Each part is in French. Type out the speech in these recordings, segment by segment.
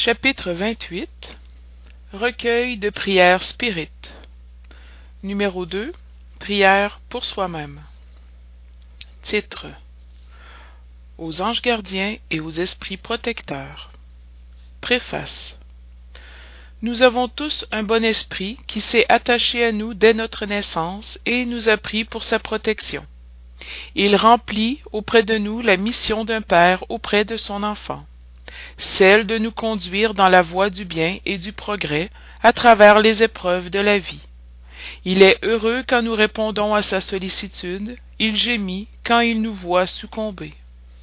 Chapitre 28. Recueil de prières spirites. Numéro 2. Prière pour soi-même. Titre. Aux anges gardiens et aux esprits protecteurs. Préface. Nous avons tous un bon esprit qui s'est attaché à nous dès notre naissance et nous a pris pour sa protection. Il remplit auprès de nous la mission d'un père auprès de son enfant, celle de nous conduire dans la voie du bien et du progrès à travers les épreuves de la vie. Il est heureux quand nous répondons à sa sollicitude, il gémit quand il nous voit succomber.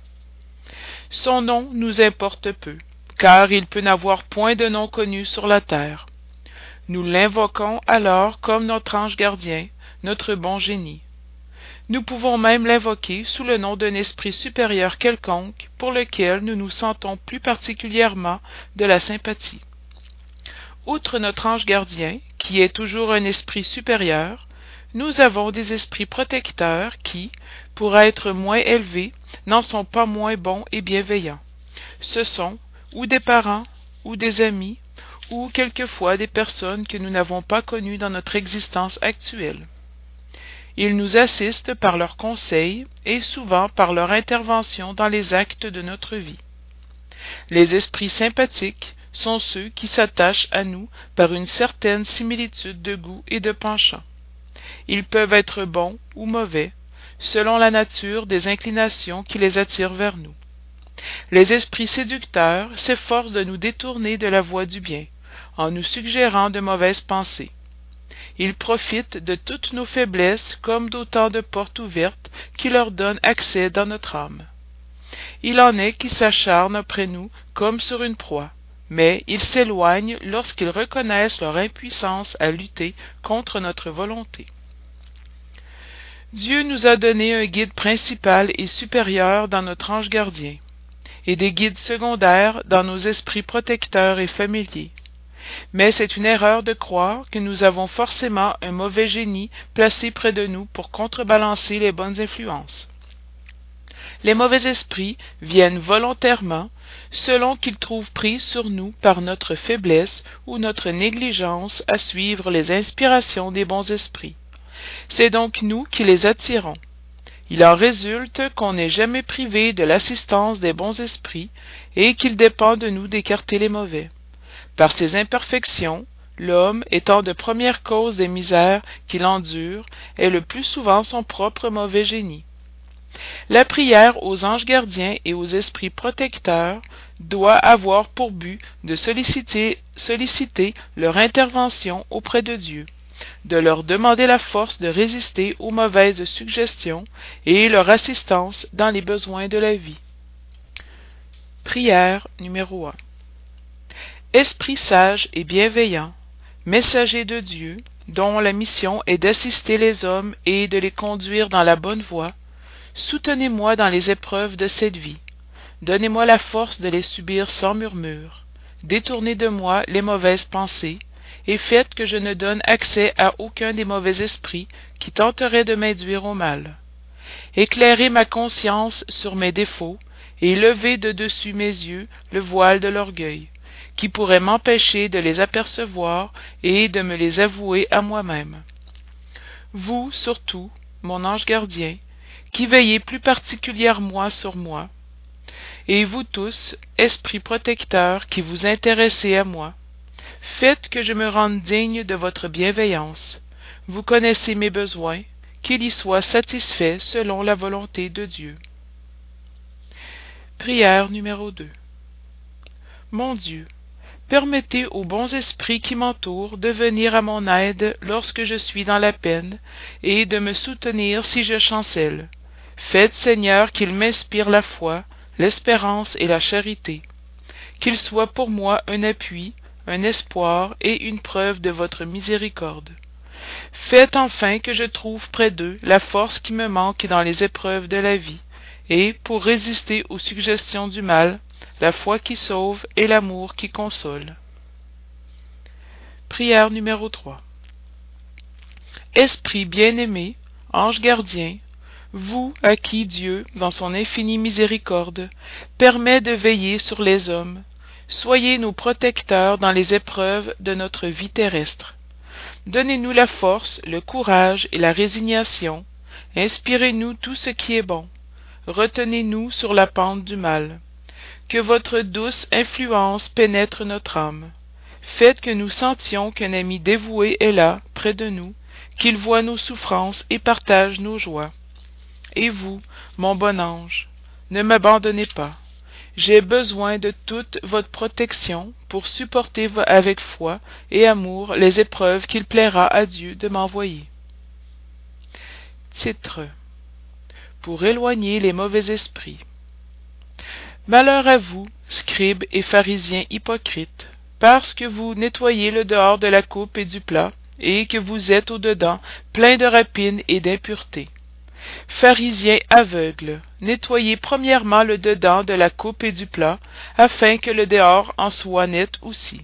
Son nom nous importe peu, car il peut n'avoir point de nom connu sur la terre. Nous l'invoquons alors comme notre ange gardien, notre bon génie. Nous pouvons même l'invoquer sous le nom d'un esprit supérieur quelconque pour lequel nous nous sentons plus particulièrement de la sympathie. Outre notre ange gardien, qui est toujours un esprit supérieur, nous avons des esprits protecteurs qui, pour être moins élevés, n'en sont pas moins bons et bienveillants. Ce sont ou des parents, ou des amis, ou quelquefois des personnes que nous n'avons pas connues dans notre existence actuelle. Ils nous assistent par leurs conseils et souvent par leur intervention dans les actes de notre vie. Les esprits sympathiques sont ceux qui s'attachent à nous par une certaine similitude de goût et de penchant. Ils peuvent être bons ou mauvais, selon la nature des inclinations qui les attirent vers nous. Les esprits séducteurs s'efforcent de nous détourner de la voie du bien, en nous suggérant de mauvaises pensées. Ils profitent de toutes nos faiblesses comme d'autant de portes ouvertes qui leur donnent accès dans notre âme. Il en est qui s'acharnent après nous comme sur une proie, mais ils s'éloignent lorsqu'ils reconnaissent leur impuissance à lutter contre notre volonté. Dieu nous a donné un guide principal et supérieur dans notre ange gardien, et des guides secondaires dans nos esprits protecteurs et familiers. Mais c'est une erreur de croire que nous avons forcément un mauvais génie placé près de nous pour contrebalancer les bonnes influences. Les mauvais esprits viennent volontairement, selon qu'ils trouvent prise sur nous par notre faiblesse ou notre négligence à suivre les inspirations des bons esprits. C'est donc nous qui les attirons. Il en résulte qu'on n'est jamais privé de l'assistance des bons esprits et qu'il dépend de nous d'écarter les mauvais. Par ses imperfections, l'homme, étant de première cause des misères qu'il endure, est le plus souvent son propre mauvais génie. La prière aux anges gardiens et aux esprits protecteurs doit avoir pour but de solliciter leur intervention auprès de Dieu, de leur demander la force de résister aux mauvaises suggestions et leur assistance dans les besoins de la vie. Prière numéro 1. Esprit sage et bienveillant, messager de Dieu, dont la mission est d'assister les hommes et de les conduire dans la bonne voie, soutenez-moi dans les épreuves de cette vie. Donnez-moi la force de les subir sans murmure. Détournez de moi les mauvaises pensées, et faites que je ne donne accès à aucun des mauvais esprits qui tenteraient de m'induire au mal. Éclairez ma conscience sur mes défauts, et levez de dessus mes yeux le voile de l'orgueil, qui pourrait m'empêcher de les apercevoir et de me les avouer à moi-même. Vous, surtout, mon ange gardien, qui veillez plus particulièrement sur moi, et vous tous, esprits protecteurs qui vous intéressez à moi, faites que je me rende digne de votre bienveillance. Vous connaissez mes besoins, qu'ils y soient satisfaits selon la volonté de Dieu. Prière numéro 2. Mon Dieu, permettez aux bons esprits qui m'entourent de venir à mon aide lorsque je suis dans la peine et de me soutenir si je chancelle. Faites, Seigneur, qu'ils m'inspirent la foi, l'espérance et la charité. Qu'ils soient pour moi un appui, un espoir et une preuve de votre miséricorde. Faites enfin que je trouve près d'eux la force qui me manque dans les épreuves de la vie, et, pour résister aux suggestions du mal, la foi qui sauve et l'amour qui console. Prière numéro 3. Esprit bien-aimé, ange gardien, vous à qui Dieu, dans son infinie miséricorde, permet de veiller sur les hommes, Soyez nos protecteurs dans les épreuves de notre vie terrestre. Donnez-nous la force, le courage et la résignation. Inspirez-nous tout ce qui est bon. Retenez-nous sur la pente du mal. Que votre douce influence pénètre notre âme. Faites que nous sentions qu'un ami dévoué est là, près de nous, qu'il voit nos souffrances et partage nos joies. Et vous, mon bon ange, ne m'abandonnez pas. J'ai besoin de toute votre protection pour supporter avec foi et amour les épreuves qu'il plaira à Dieu de m'envoyer. Titre: Pour éloigner les mauvais esprits. Malheur à vous, scribes et pharisiens hypocrites, parce que vous nettoyez le dehors de la coupe et du plat, et que vous êtes au-dedans plein de rapine et d'impureté. Pharisiens aveugles, nettoyez premièrement le dedans de la coupe et du plat, afin que le dehors en soit net aussi.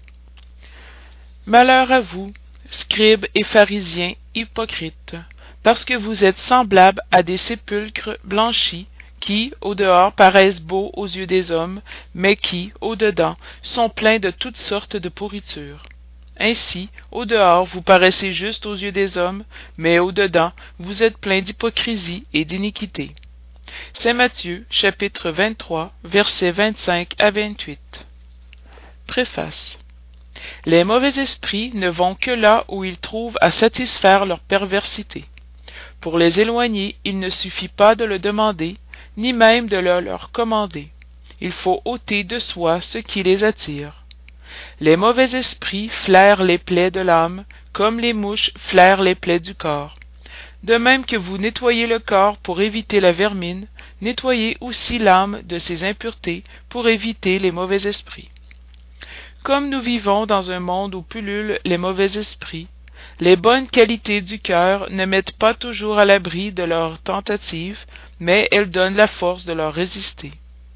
Malheur à vous, scribes et pharisiens hypocrites, parce que vous êtes semblables à des sépulcres blanchis, qui, au dehors, paraissent beaux aux yeux des hommes, mais qui, au dedans, sont pleins de toutes sortes de pourritures. Ainsi, au dehors, vous paraissez juste aux yeux des hommes, mais au dedans, vous êtes pleins d'hypocrisie et d'iniquité. Saint Matthieu, chapitre 23, versets 25 à 28. Préface. Les mauvais esprits ne vont que là où ils trouvent à satisfaire leur perversité. Pour les éloigner, il ne suffit pas de le demander, ni même de le leur commander. Il faut ôter de soi ce qui les attire. Les mauvais esprits flairent les plaies de l'âme, comme les mouches flairent les plaies du corps. De même que vous nettoyez le corps pour éviter la vermine, nettoyez aussi l'âme de ses impuretés pour éviter les mauvais esprits. Comme nous vivons dans un monde où pullulent les mauvais esprits, les bonnes qualités du cœur ne mettent pas toujours à l'abri de leurs tentatives, mais elles donnent la force de leur résister.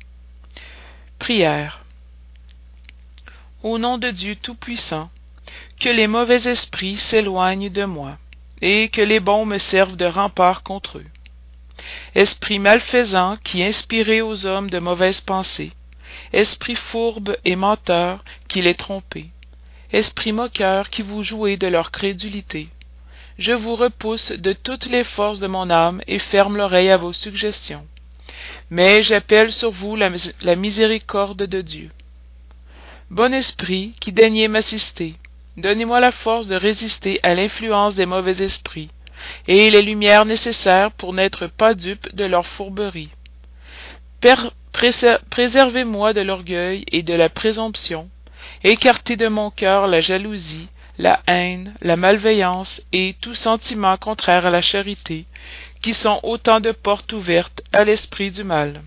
Prière. Au nom de Dieu Tout-Puissant, que les mauvais esprits s'éloignent de moi, et que les bons me servent de rempart contre eux. Esprit malfaisant qui inspirez aux hommes de mauvaises pensées, esprit fourbe et menteur qui les trompez, esprit moqueur qui vous jouez de leur crédulité, je vous repousse de toutes les forces de mon âme et ferme l'oreille à vos suggestions. Mais j'appelle sur vous la miséricorde de Dieu. Bon esprit, qui daignez m'assister, donnez-moi la force de résister à l'influence des mauvais esprits, et les lumières nécessaires pour n'être pas dupe de leur fourberie. Préservez-moi de l'orgueil et de la présomption, écartez de mon cœur la jalousie, la haine, la malveillance et tout sentiment contraire à la charité, qui sont autant de portes ouvertes à l'esprit du mal.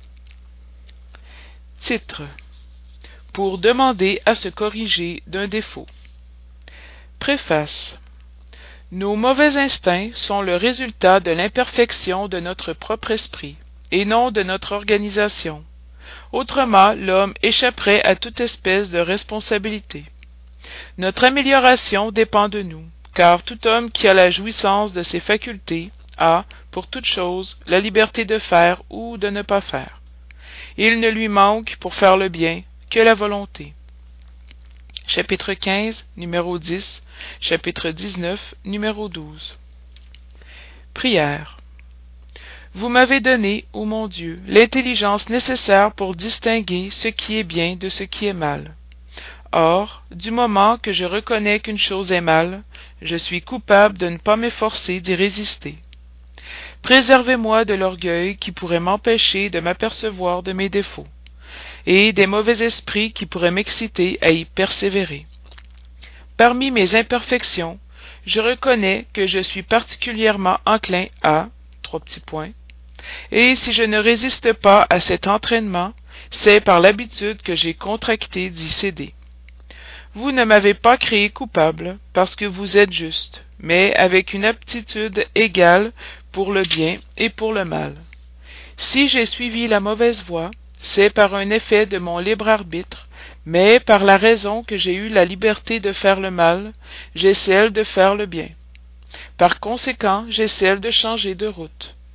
Titre: Pour demander à se corriger d'un défaut. Préface. Nos mauvais instincts sont le résultat de l'imperfection de notre propre esprit, et non de notre organisation. Autrement, l'homme échapperait à toute espèce de responsabilité. Notre amélioration dépend de nous, car tout homme qui a la jouissance de ses facultés a, pour toute chose, la liberté de faire ou de ne pas faire. Il ne lui manque, pour faire le bien, que la volonté. Chapitre 15, numéro 10, chapitre 19, numéro 12. Prière. Vous m'avez donné, ô mon Dieu, l'intelligence nécessaire pour distinguer ce qui est bien de ce qui est mal. Or, du moment que je reconnais qu'une chose est mal, je suis coupable de ne pas m'efforcer d'y résister. Préservez-moi de l'orgueil qui pourrait m'empêcher de m'apercevoir de mes défauts, et des mauvais esprits qui pourraient m'exciter à y persévérer. Parmi mes imperfections, je reconnais que je suis particulièrement enclin à, et si je ne résiste pas à cet entraînement, c'est par l'habitude que j'ai contractée d'y céder. Vous ne m'avez pas créé coupable, parce que vous êtes juste, mais avec une aptitude égale pour le bien et pour le mal. Si j'ai suivi la mauvaise voie, c'est par un effet de mon libre arbitre, mais par la raison que j'ai eu la liberté de faire le mal, j'ai celle de faire le bien. Par conséquent, j'ai celle de changer de route.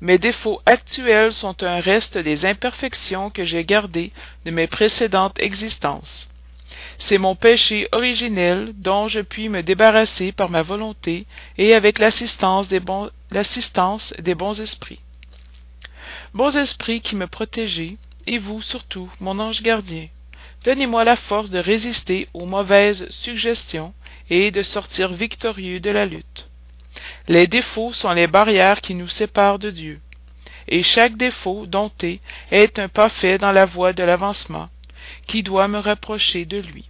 Mes défauts actuels sont un reste des imperfections que j'ai gardées de mes précédentes existences. C'est mon péché originel dont je puis me débarrasser par ma volonté et avec l'assistance des bons esprits. Bons esprits qui me protégez, et vous surtout, mon ange gardien, donnez-moi la force de résister aux mauvaises suggestions et de sortir victorieux de la lutte. Les défauts sont les barrières qui nous séparent de Dieu, et chaque défaut dompté est un pas fait dans la voie de l'avancement, qui doit me rapprocher de lui.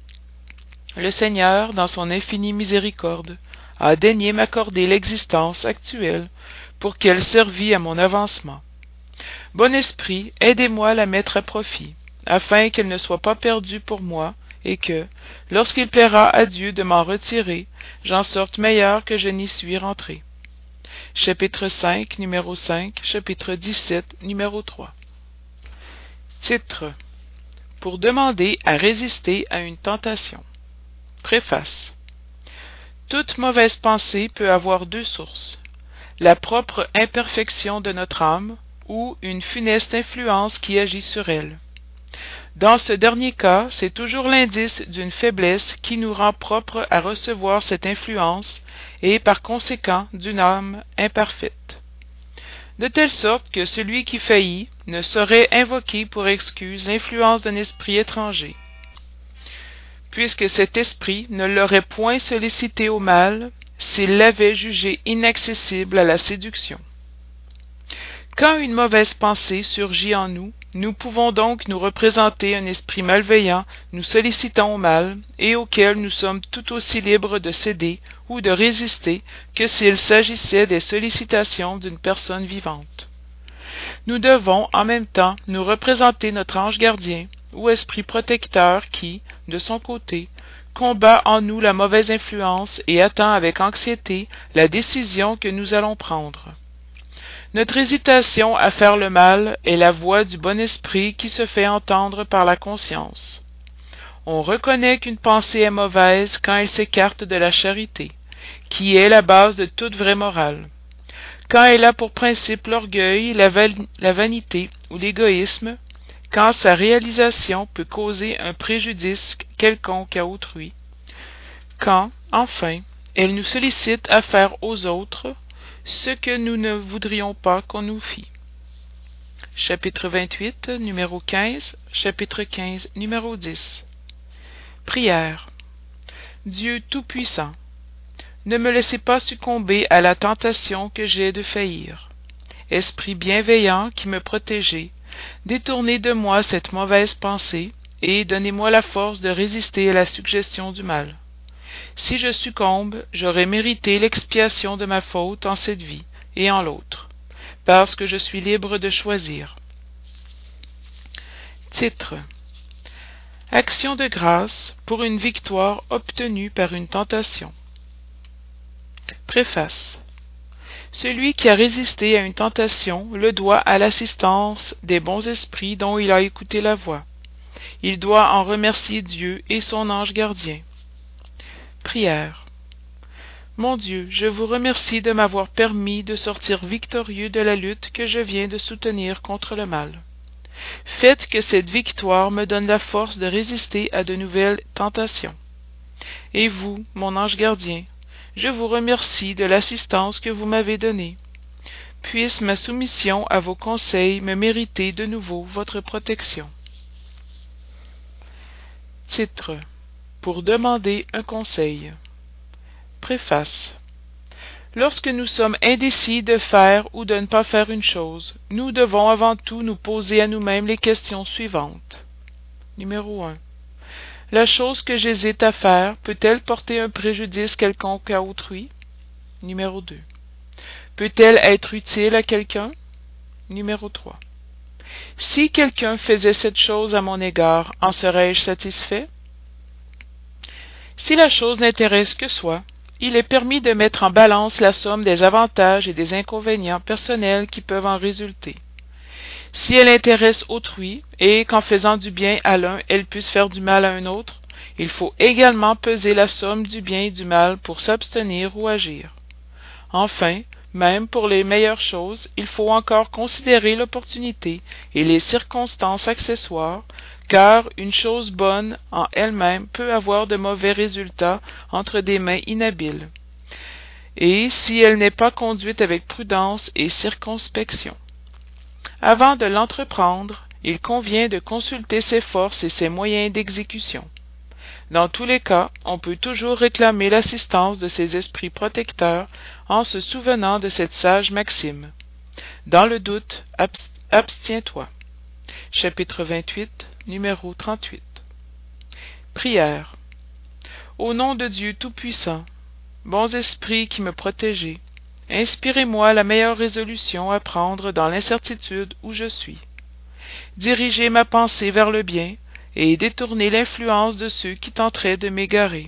Le Seigneur, dans son infinie miséricorde, a daigné m'accorder l'existence actuelle pour qu'elle servît à mon avancement. Bon esprit, aidez-moi à la mettre à profit, afin qu'elle ne soit pas perdue pour moi, et que, lorsqu'il plaira à Dieu de m'en retirer, j'en sorte meilleur que je n'y suis rentré. Chapitre 5, numéro 5, chapitre 17, numéro 3. Titre: Pour demander à résister à une tentation. Préface. Toute mauvaise pensée peut avoir deux sources: la propre imperfection de notre âme ou une funeste influence qui agit sur elle. Dans ce dernier cas, c'est toujours l'indice d'une faiblesse qui nous rend propres à recevoir cette influence et par conséquent d'une âme imparfaite. De telle sorte que celui qui faillit ne saurait invoquer pour excuse l'influence d'un esprit étranger, puisque cet esprit ne l'aurait point sollicité au mal s'il l'avait jugé inaccessible à la séduction. Quand une mauvaise pensée surgit en nous, nous pouvons donc nous représenter un esprit malveillant nous sollicitant au mal, et auquel nous sommes tout aussi libres de céder ou de résister que s'il s'agissait des sollicitations d'une personne vivante. Nous devons en même temps nous représenter notre ange gardien ou esprit protecteur qui, de son côté, combat en nous la mauvaise influence et attend avec anxiété la décision que nous allons prendre. Notre hésitation à faire le mal est la voix du bon esprit qui se fait entendre par la conscience. On reconnaît qu'une pensée est mauvaise quand elle s'écarte de la charité, qui est la base de toute vraie morale. Quand elle a pour principe l'orgueil, la vanité ou l'égoïsme, quand sa réalisation peut causer un préjudice quelconque à autrui, quand, enfin, elle nous sollicite à faire aux autres ce que nous ne voudrions pas qu'on nous fît. Chapitre 28, numéro 15, chapitre 15, numéro 10. Prière. Dieu Tout-Puissant, ne me laissez pas succomber à la tentation que j'ai de faillir. Esprit bienveillant qui me protégez, détournez de moi cette mauvaise pensée et donnez-moi la force de résister à la suggestion du mal. Si je succombe, j'aurai mérité l'expiation de ma faute en cette vie et en l'autre, parce que je suis libre de choisir. Titre: Action de grâce pour une victoire obtenue par une tentation. Préface. Celui qui a résisté à une tentation le doit à l'assistance des bons esprits dont il a écouté la voix. Il doit en remercier Dieu et son ange gardien. Prière. Mon Dieu, je vous remercie de m'avoir permis de sortir victorieux de la lutte que je viens de soutenir contre le mal. Faites que cette victoire me donne la force de résister à de nouvelles tentations. Et vous, mon ange gardien, je vous remercie de l'assistance que vous m'avez donnée. Puisse ma soumission à vos conseils me mériter de nouveau votre protection. Titre: Pour demander un conseil. Préface. Lorsque nous sommes indécis de faire ou de ne pas faire une chose, nous devons avant tout nous poser à nous-mêmes les questions suivantes. Numéro 1. La chose que j'hésite à faire peut-elle porter un préjudice quelconque à autrui? Numéro 2. Peut-elle être utile à quelqu'un? Numéro 3. Si quelqu'un faisait cette chose à mon égard, en serais-je satisfait? Si la chose n'intéresse que soi, il est permis de mettre en balance la somme des avantages et des inconvénients personnels qui peuvent en résulter. Si elle intéresse autrui, et qu'en faisant du bien à l'un, elle puisse faire du mal à un autre, il faut également peser la somme du bien et du mal pour s'abstenir ou agir. Enfin, Même pour les meilleures choses, il faut encore considérer l'opportunité et les circonstances accessoires, car une chose bonne en elle-même peut avoir de mauvais résultats entre des mains inhabiles, et si elle n'est pas conduite avec prudence et circonspection. Avant de l'entreprendre, il convient de consulter ses forces et ses moyens d'exécution. Dans tous les cas, on peut toujours réclamer l'assistance de ces esprits protecteurs en se souvenant de cette sage maxime. Dans le doute, abstiens-toi. Chapitre 28, numéro 38. Prière. Au nom de Dieu Tout-Puissant, bons esprits qui me protégez, inspirez-moi la meilleure résolution à prendre dans l'incertitude où je suis. Dirigez ma pensée vers le bien, et détourner l'influence de ceux qui tenteraient de m'égarer.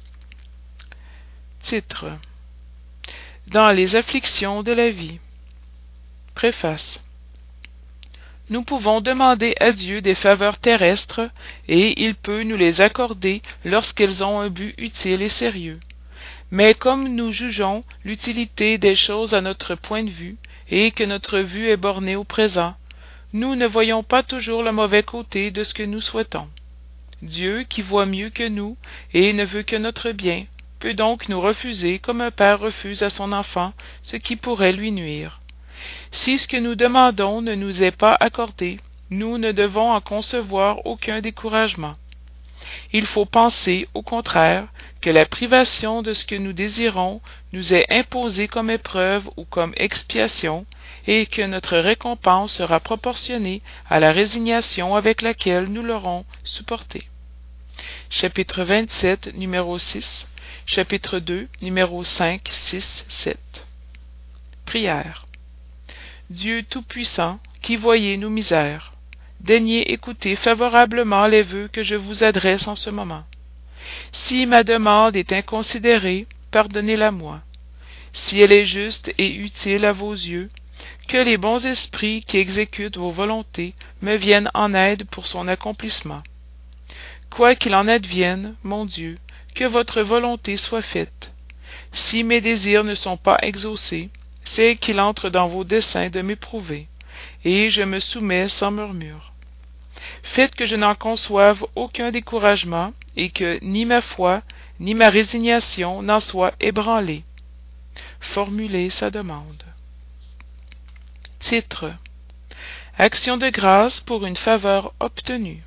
Titre. Dans les afflictions de la vie. Préface. Nous pouvons demander à Dieu des faveurs terrestres, et il peut nous les accorder lorsqu'elles ont un but utile et sérieux. Mais comme nous jugeons l'utilité des choses à notre point de vue, et que notre vue est bornée au présent, nous ne voyons pas toujours le mauvais côté de ce que nous souhaitons. Dieu, qui voit mieux que nous et ne veut que notre bien, peut donc nous refuser comme un père refuse à son enfant ce qui pourrait lui nuire. Si ce que nous demandons ne nous est pas accordé, nous ne devons en concevoir aucun découragement. Il faut penser, au contraire, que la privation de ce que nous désirons nous est imposée comme épreuve ou comme expiation, et que notre récompense sera proportionnée à la résignation avec laquelle nous l'aurons supportée. Chapitre 27, numéro 6, chapitre 2, numéro 5, 6, 7. Prière. Dieu Tout-Puissant, qui voyez nos misères, daignez écouter favorablement les vœux que je vous adresse en ce moment. Si ma demande est inconsidérée, pardonnez-la moi. Si elle est juste et utile à vos yeux, que les bons esprits qui exécutent vos volontés me viennent en aide pour son accomplissement. Quoi qu'il en advienne, mon Dieu, que votre volonté soit faite. Si mes désirs ne sont pas exaucés, c'est qu'il entre dans vos desseins de m'éprouver, et je me soumets sans murmure. Faites que je n'en conçoive aucun découragement, et que ni ma foi, ni ma résignation n'en soient ébranlées. Formulez sa demande. Titre. Action de grâce pour une faveur obtenue.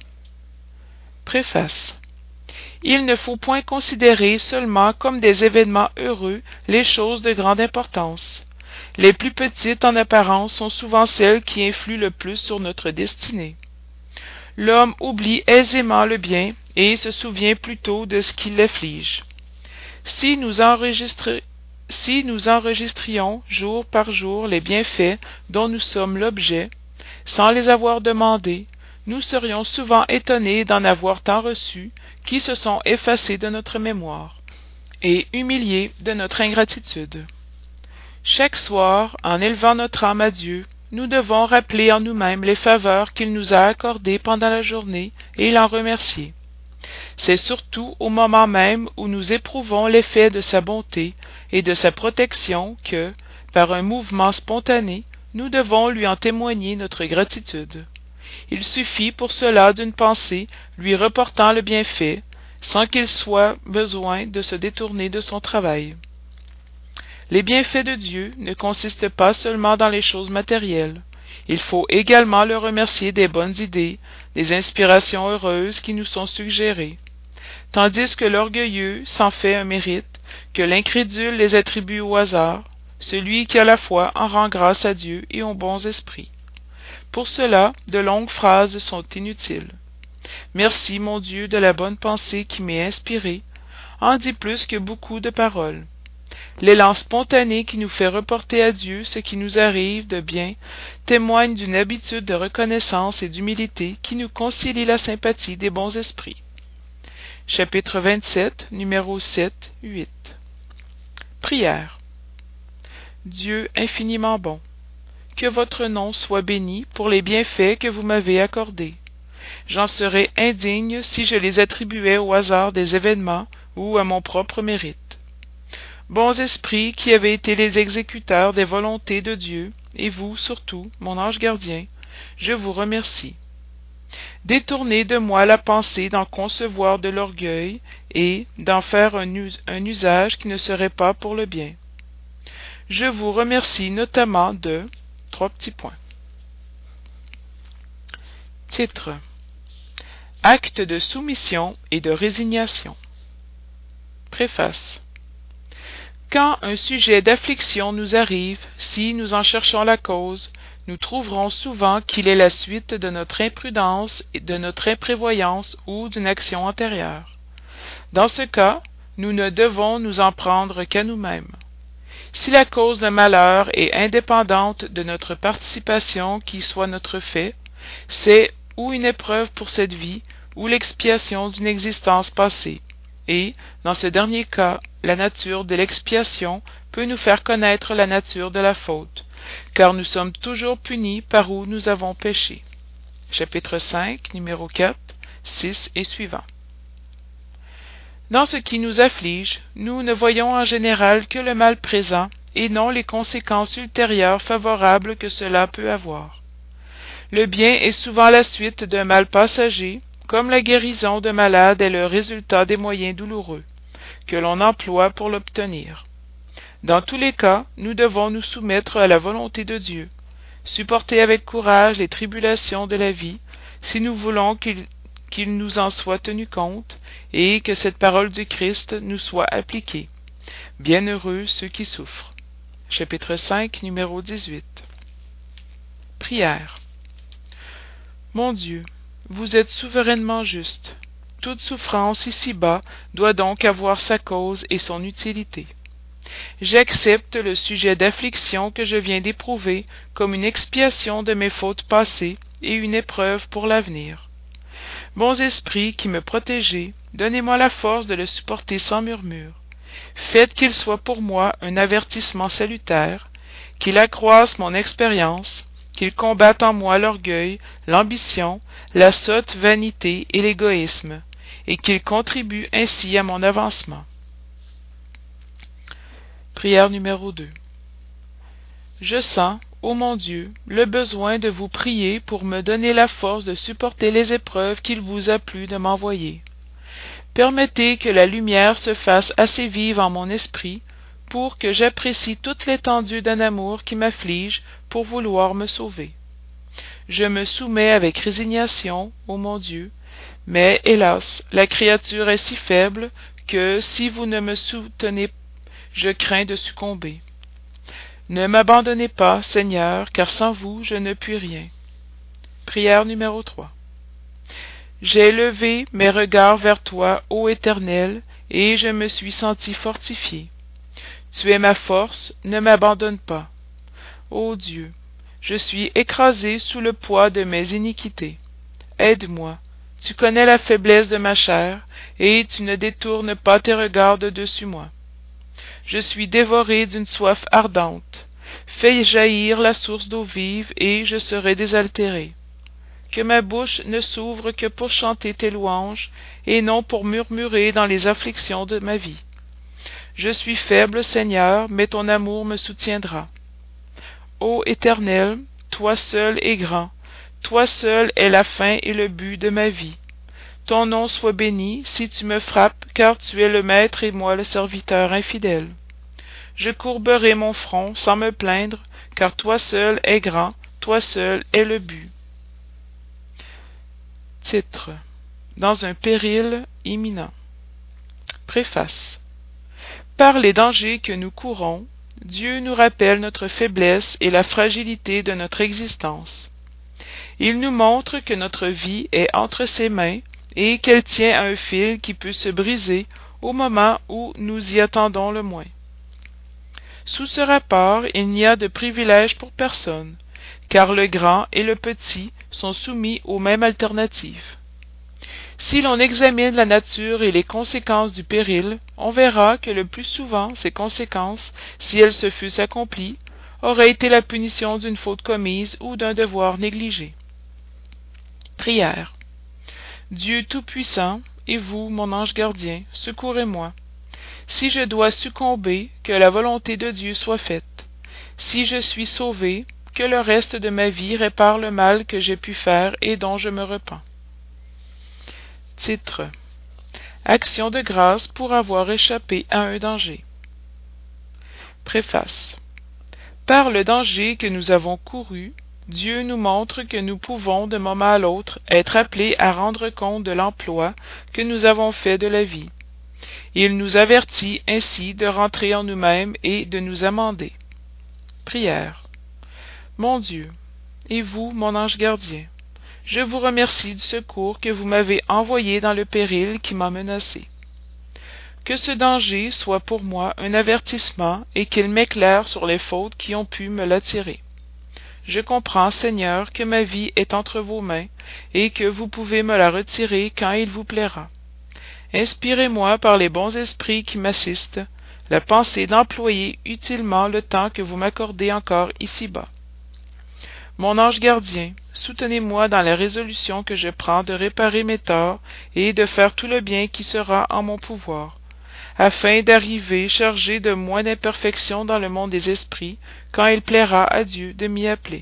Préface. Il ne faut point considérer seulement comme des événements heureux les choses de grande importance. Les plus petites en apparence sont souvent celles qui influent le plus sur notre destinée. L'homme oublie aisément le bien et se souvient plutôt de ce qui l'afflige. Si nous enregistrions jour par jour les bienfaits dont nous sommes l'objet, sans les avoir demandés, nous serions souvent étonnés d'en avoir tant reçu qui se sont effacés de notre mémoire, et humiliés de notre ingratitude. Chaque soir, en élevant notre âme à Dieu, nous devons rappeler en nous-mêmes les faveurs qu'il nous a accordées pendant la journée et l'en remercier. C'est surtout au moment même où nous éprouvons l'effet de sa bonté et de sa protection que, par un mouvement spontané, nous devons lui en témoigner notre gratitude. Il suffit pour cela d'une pensée lui reportant le bienfait, sans qu'il soit besoin de se détourner de son travail. Les bienfaits de Dieu ne consistent pas seulement dans les choses matérielles. Il faut également le remercier des bonnes idées, des inspirations heureuses qui nous sont suggérées. Tandis que l'orgueilleux s'en fait un mérite, que l'incrédule les attribue au hasard, celui qui a la foi en rend grâce à Dieu et aux bons esprits. Pour cela, de longues phrases sont inutiles. Merci, mon Dieu, de la bonne pensée qui m'est inspirée, en dit plus que beaucoup de paroles. L'élan spontané qui nous fait reporter à Dieu ce qui nous arrive de bien témoigne d'une habitude de reconnaissance et d'humilité qui nous concilie la sympathie des bons esprits. Chapitre 27, numéros 7, 8. Prière. Dieu infiniment bon, que votre nom soit béni pour les bienfaits que vous m'avez accordés. J'en serais indigne si je les attribuais au hasard des événements ou à mon propre mérite. Bons esprits qui avez été les exécuteurs des volontés de Dieu, et vous surtout, mon ange gardien, je vous remercie. Détournez de moi la pensée d'en concevoir de l'orgueil et d'en faire un usage qui ne serait pas pour le bien. Je vous remercie notamment de... Trois petits points. Titre: Acte de soumission et de résignation. Préface. Quand un sujet d'affliction nous arrive, si nous en cherchons la cause, nous trouverons souvent qu'il est la suite de notre imprudence et de notre imprévoyance ou d'une action antérieure. Dans ce cas, nous ne devons nous en prendre qu'à nous-mêmes. Si la cause d'un malheur est indépendante de notre participation qui soit notre fait, c'est ou une épreuve pour cette vie, ou l'expiation d'une existence passée. Et, dans ce dernier cas, la nature de l'expiation peut nous faire connaître la nature de la faute, car nous sommes toujours punis par où nous avons péché. Chapitre 5, numéro 4, 6 et suivants. Dans ce qui nous afflige, nous ne voyons en général que le mal présent et non les conséquences ultérieures favorables que cela peut avoir. Le bien est souvent la suite d'un mal passager, comme la guérison d'un malade est le résultat des moyens douloureux que l'on emploie pour l'obtenir. Dans tous les cas, nous devons nous soumettre à la volonté de Dieu, supporter avec courage les tribulations de la vie, si nous voulons qu'il nous en soit tenu compte, et que cette parole du Christ nous soit appliquée. Bienheureux ceux qui souffrent. Chapitre 5, numéro 18. Prière. Mon Dieu, vous êtes souverainement juste. Toute souffrance ici-bas doit donc avoir sa cause et son utilité. J'accepte le sujet d'affliction que je viens d'éprouver comme une expiation de mes fautes passées et une épreuve pour l'avenir. Bons esprits qui me protégez, donnez-moi la force de le supporter sans murmure. Faites qu'il soit pour moi un avertissement salutaire, qu'il accroisse mon expérience, qu'il combatte en moi l'orgueil, l'ambition, la sotte vanité et l'égoïsme, et qu'il contribue ainsi à mon avancement. Prière numéro 2. Je sens, ô mon Dieu, le besoin de vous prier pour me donner la force de supporter les épreuves qu'il vous a plu de m'envoyer. Permettez que la lumière se fasse assez vive en mon esprit pour que j'apprécie toute l'étendue d'un amour qui m'afflige pour vouloir me sauver. Je me soumets avec résignation, ô mon Dieu, mais hélas, la créature est si faible que, si vous ne me soutenez, je crains de succomber. Ne m'abandonnez pas, Seigneur, car sans vous, je ne puis rien. Prière numéro 3. J'ai levé mes regards vers toi, ô Éternel, et je me suis senti fortifié. Tu es ma force, ne m'abandonne pas. Ô Dieu, je suis écrasé sous le poids de mes iniquités. Aide-moi, tu connais la faiblesse de ma chair, et tu ne détournes pas tes regards de dessus moi. Je suis dévoré d'une soif ardente. Fais jaillir la source d'eau vive, et je serai désaltéré. Que ma bouche ne s'ouvre que pour chanter tes louanges, et non pour murmurer dans les afflictions de ma vie. Je suis faible, Seigneur, mais ton amour me soutiendra. Ô Éternel, toi seul es grand, toi seul est la fin et le but de ma vie. Ton nom soit béni si tu me frappes, car tu es le maître et moi le serviteur infidèle. Je courberai mon front sans me plaindre, car toi seul es grand, toi seul est le but. Titre: Dans un péril imminent. Préface. Par les dangers que nous courons, Dieu nous rappelle notre faiblesse et la fragilité de notre existence. Il nous montre que notre vie est entre ses mains et qu'elle tient à un fil qui peut se briser au moment où nous y attendons le moins. Sous ce rapport, il n'y a de privilège pour personne, car le grand et le petit sont soumis aux mêmes alternatives. Si l'on examine la nature et les conséquences du péril, on verra que le plus souvent ces conséquences, si elles se fussent accomplies, auraient été la punition d'une faute commise ou d'un devoir négligé. Prière. Dieu Tout-Puissant, et vous, mon ange gardien, secourez-moi. Si je dois succomber, que la volonté de Dieu soit faite. Si je suis sauvé, que le reste de ma vie répare le mal que j'ai pu faire et dont je me repens. Titre: Action de grâce pour avoir échappé à un danger. Préface. Par le danger que nous avons couru, Dieu nous montre que nous pouvons de moment à l'autre être appelés à rendre compte de l'emploi que nous avons fait de la vie. Il nous avertit ainsi de rentrer en nous-mêmes et de nous amender. Prière. Mon Dieu, et vous, mon ange gardien, je vous remercie du secours que vous m'avez envoyé dans le péril qui m'a menacé. Que ce danger soit pour moi un avertissement et qu'il m'éclaire sur les fautes qui ont pu me l'attirer. Je comprends, Seigneur, que ma vie est entre vos mains et que vous pouvez me la retirer quand il vous plaira. Inspirez-moi par les bons esprits qui m'assistent la pensée d'employer utilement le temps que vous m'accordez encore ici-bas. Mon ange gardien, soutenez-moi dans la résolution que je prends de réparer mes torts et de faire tout le bien qui sera en mon pouvoir, afin d'arriver chargé de moins d'imperfections dans le monde des esprits, quand il plaira à Dieu de m'y appeler.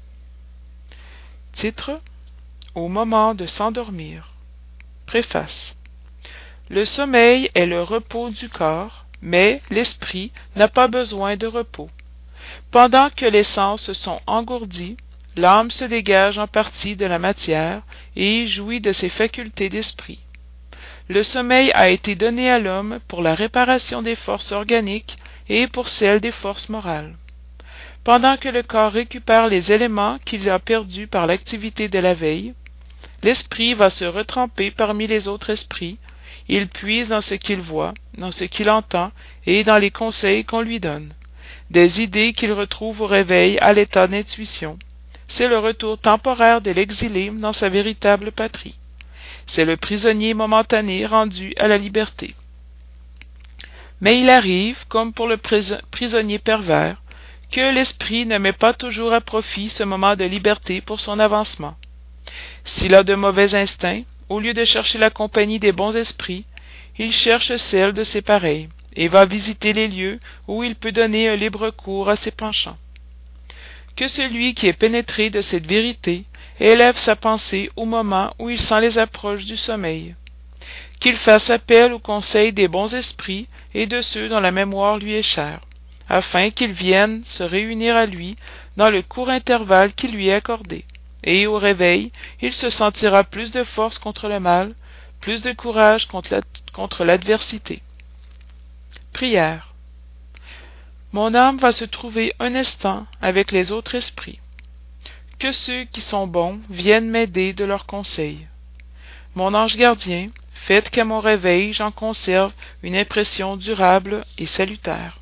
Titre: Au moment de s'endormir. Préface. Le sommeil est le repos du corps, mais l'esprit n'a pas besoin de repos. Pendant que les sens sont engourdis, l'âme se dégage en partie de la matière et jouit de ses facultés d'esprit. Le sommeil a été donné à l'homme pour la réparation des forces organiques et pour celle des forces morales. Pendant que le corps récupère les éléments qu'il a perdus par l'activité de la veille, l'esprit va se retremper parmi les autres esprits. Il puise dans ce qu'il voit, dans ce qu'il entend et dans les conseils qu'on lui donne. Des idées qu'il retrouve au réveil à l'état d'intuition. C'est le retour temporaire de l'exilé dans sa véritable patrie. C'est le prisonnier momentané rendu à la liberté. Mais il arrive, comme pour le prisonnier pervers, que l'esprit ne met pas toujours à profit ce moment de liberté pour son avancement. S'il a de mauvais instincts, au lieu de chercher la compagnie des bons esprits, il cherche celle de ses pareils, et va visiter les lieux où il peut donner un libre cours à ses penchants. Que celui qui est pénétré de cette vérité élève sa pensée au moment où il sent les approches du sommeil, qu'il fasse appel au conseil des bons esprits et de ceux dont la mémoire lui est chère, afin qu'ils viennent se réunir à lui dans le court intervalle qui lui est accordé, et au réveil, il se sentira plus de force contre le mal, plus de courage contre l'adversité. Prière. Mon âme va se trouver un instant avec les autres esprits. Que ceux qui sont bons viennent m'aider de leurs conseils. Mon ange gardien, faites qu'à mon réveil j'en conserve une impression durable et salutaire.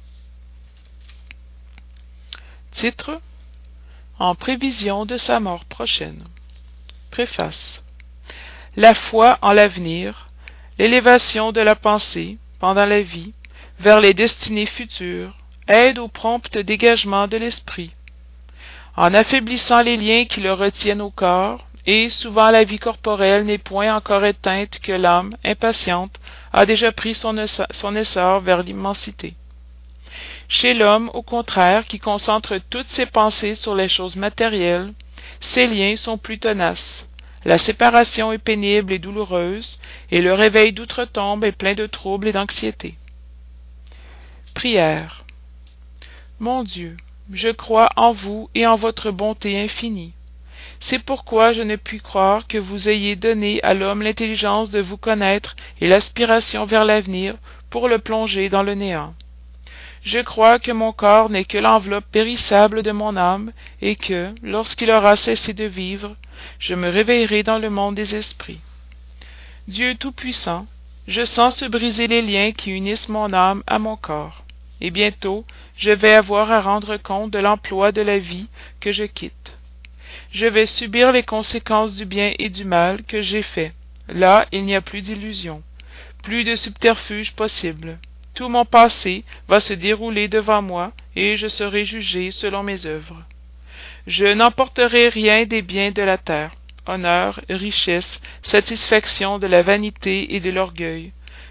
Titre: En prévision de sa mort prochaine. Préface. La foi en l'avenir, l'élévation de la pensée, pendant la vie, vers les destinées futures, aide au prompt dégagement de l'esprit. En affaiblissant les liens qui le retiennent au corps, et souvent la vie corporelle n'est point encore éteinte que l'âme, impatiente, a déjà pris son essor vers l'immensité. Chez l'homme, au contraire, qui concentre toutes ses pensées sur les choses matérielles, ses liens sont plus tenaces. La séparation est pénible et douloureuse, et le réveil d'outre-tombe est plein de troubles et d'anxiété. Prière. Mon Dieu, je crois en vous et en votre bonté infinie. C'est pourquoi je ne puis croire que vous ayez donné à l'homme l'intelligence de vous connaître et l'aspiration vers l'avenir pour le plonger dans le néant. Je crois que mon corps n'est que l'enveloppe périssable de mon âme et que, lorsqu'il aura cessé de vivre, je me réveillerai dans le monde des esprits. Dieu Tout-Puissant, je sens se briser les liens qui unissent mon âme à mon corps, et bientôt je vais avoir à rendre compte de l'emploi de la vie que je quitte. Je vais subir les conséquences du bien et du mal que j'ai fait. Là, il n'y a plus d'illusions, plus de subterfuges possibles. Tout mon passé va se dérouler devant moi, et je serai jugé selon mes œuvres. Je n'emporterai rien des biens de la terre, honneur, richesse, satisfaction de la vanité et de l'orgueil.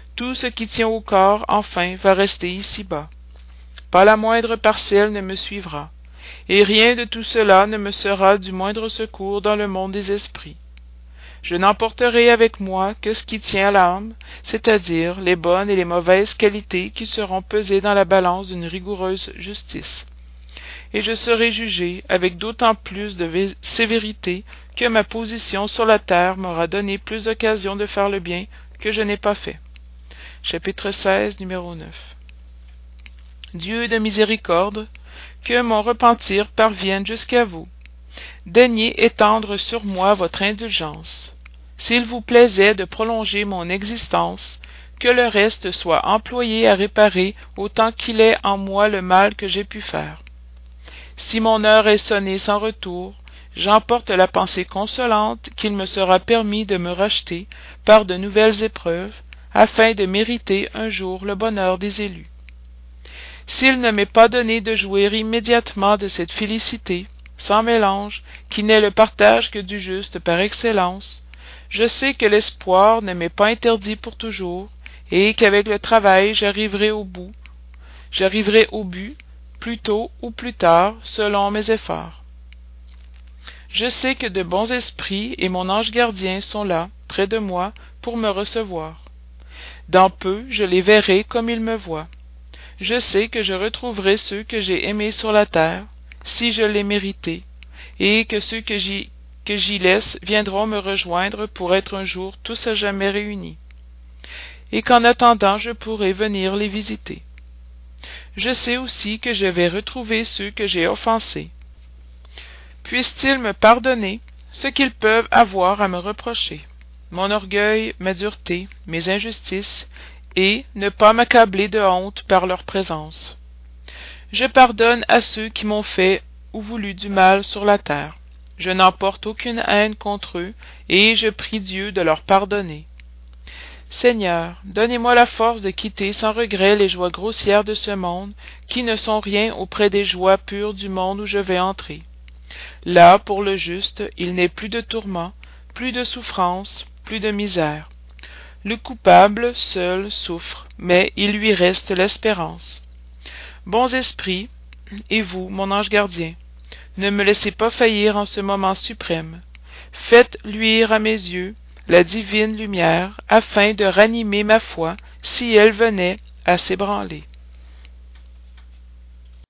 Tout ce qui tient au corps, enfin, va rester ici-bas. Pas la moindre parcelle ne me suivra, et rien de tout cela ne me sera du moindre secours dans le monde des esprits. Je n'emporterai avec moi que ce qui tient à l'âme, c'est-à-dire les bonnes et les mauvaises qualités qui seront pesées dans la balance d'une rigoureuse justice. Et je serai jugé avec d'autant plus de sévérité que ma position sur la terre m'aura donné plus d'occasion de faire le bien que je n'ai pas fait. Chapitre 16, numéro 9. Dieu de miséricorde, que mon repentir parvienne jusqu'à vous. Daignez étendre sur moi votre indulgence. S'il vous plaisait de prolonger mon existence, que le reste soit employé à réparer autant qu'il est en moi le mal que j'ai pu faire. Si mon heure est sonnée sans retour, j'emporte la pensée consolante qu'il me sera permis de me racheter par de nouvelles épreuves, afin de mériter un jour le bonheur des élus. S'il ne m'est pas donné de jouir immédiatement de cette félicité, sans mélange, qui n'est le partage que du juste par excellence, je sais que l'espoir ne m'est pas interdit pour toujours, et qu'avec le travail j'arriverai au but, plus tôt ou plus tard, selon mes efforts. Je sais que de bons esprits et mon ange gardien sont là, près de moi, pour me recevoir. Dans peu, je les verrai comme ils me voient. Je sais que je retrouverai ceux que j'ai aimés sur la terre, si je l'ai mérité, et que ceux que j'y laisse viendront me rejoindre pour être un jour tous à jamais réunis, et qu'en attendant je pourrai venir les visiter. Je sais aussi que je vais retrouver ceux que j'ai offensés. Puissent-ils me pardonner ce qu'ils peuvent avoir à me reprocher, mon orgueil, ma dureté, mes injustices, et ne pas m'accabler de honte par leur présence. Je pardonne à ceux qui m'ont fait ou voulu du mal sur la terre. Je n'emporte aucune haine contre eux, et je prie Dieu de leur pardonner. Seigneur, donnez-moi la force de quitter sans regret les joies grossières de ce monde, qui ne sont rien auprès des joies pures du monde où je vais entrer. Là, pour le juste, il n'est plus de tourments, plus de souffrance, plus de misère. Le coupable seul souffre, mais il lui reste l'espérance. Bons esprits, et vous, mon ange gardien, ne me laissez pas faillir en ce moment suprême. Faites luire à mes yeux la divine lumière, afin de ranimer ma foi si elle venait à s'ébranler.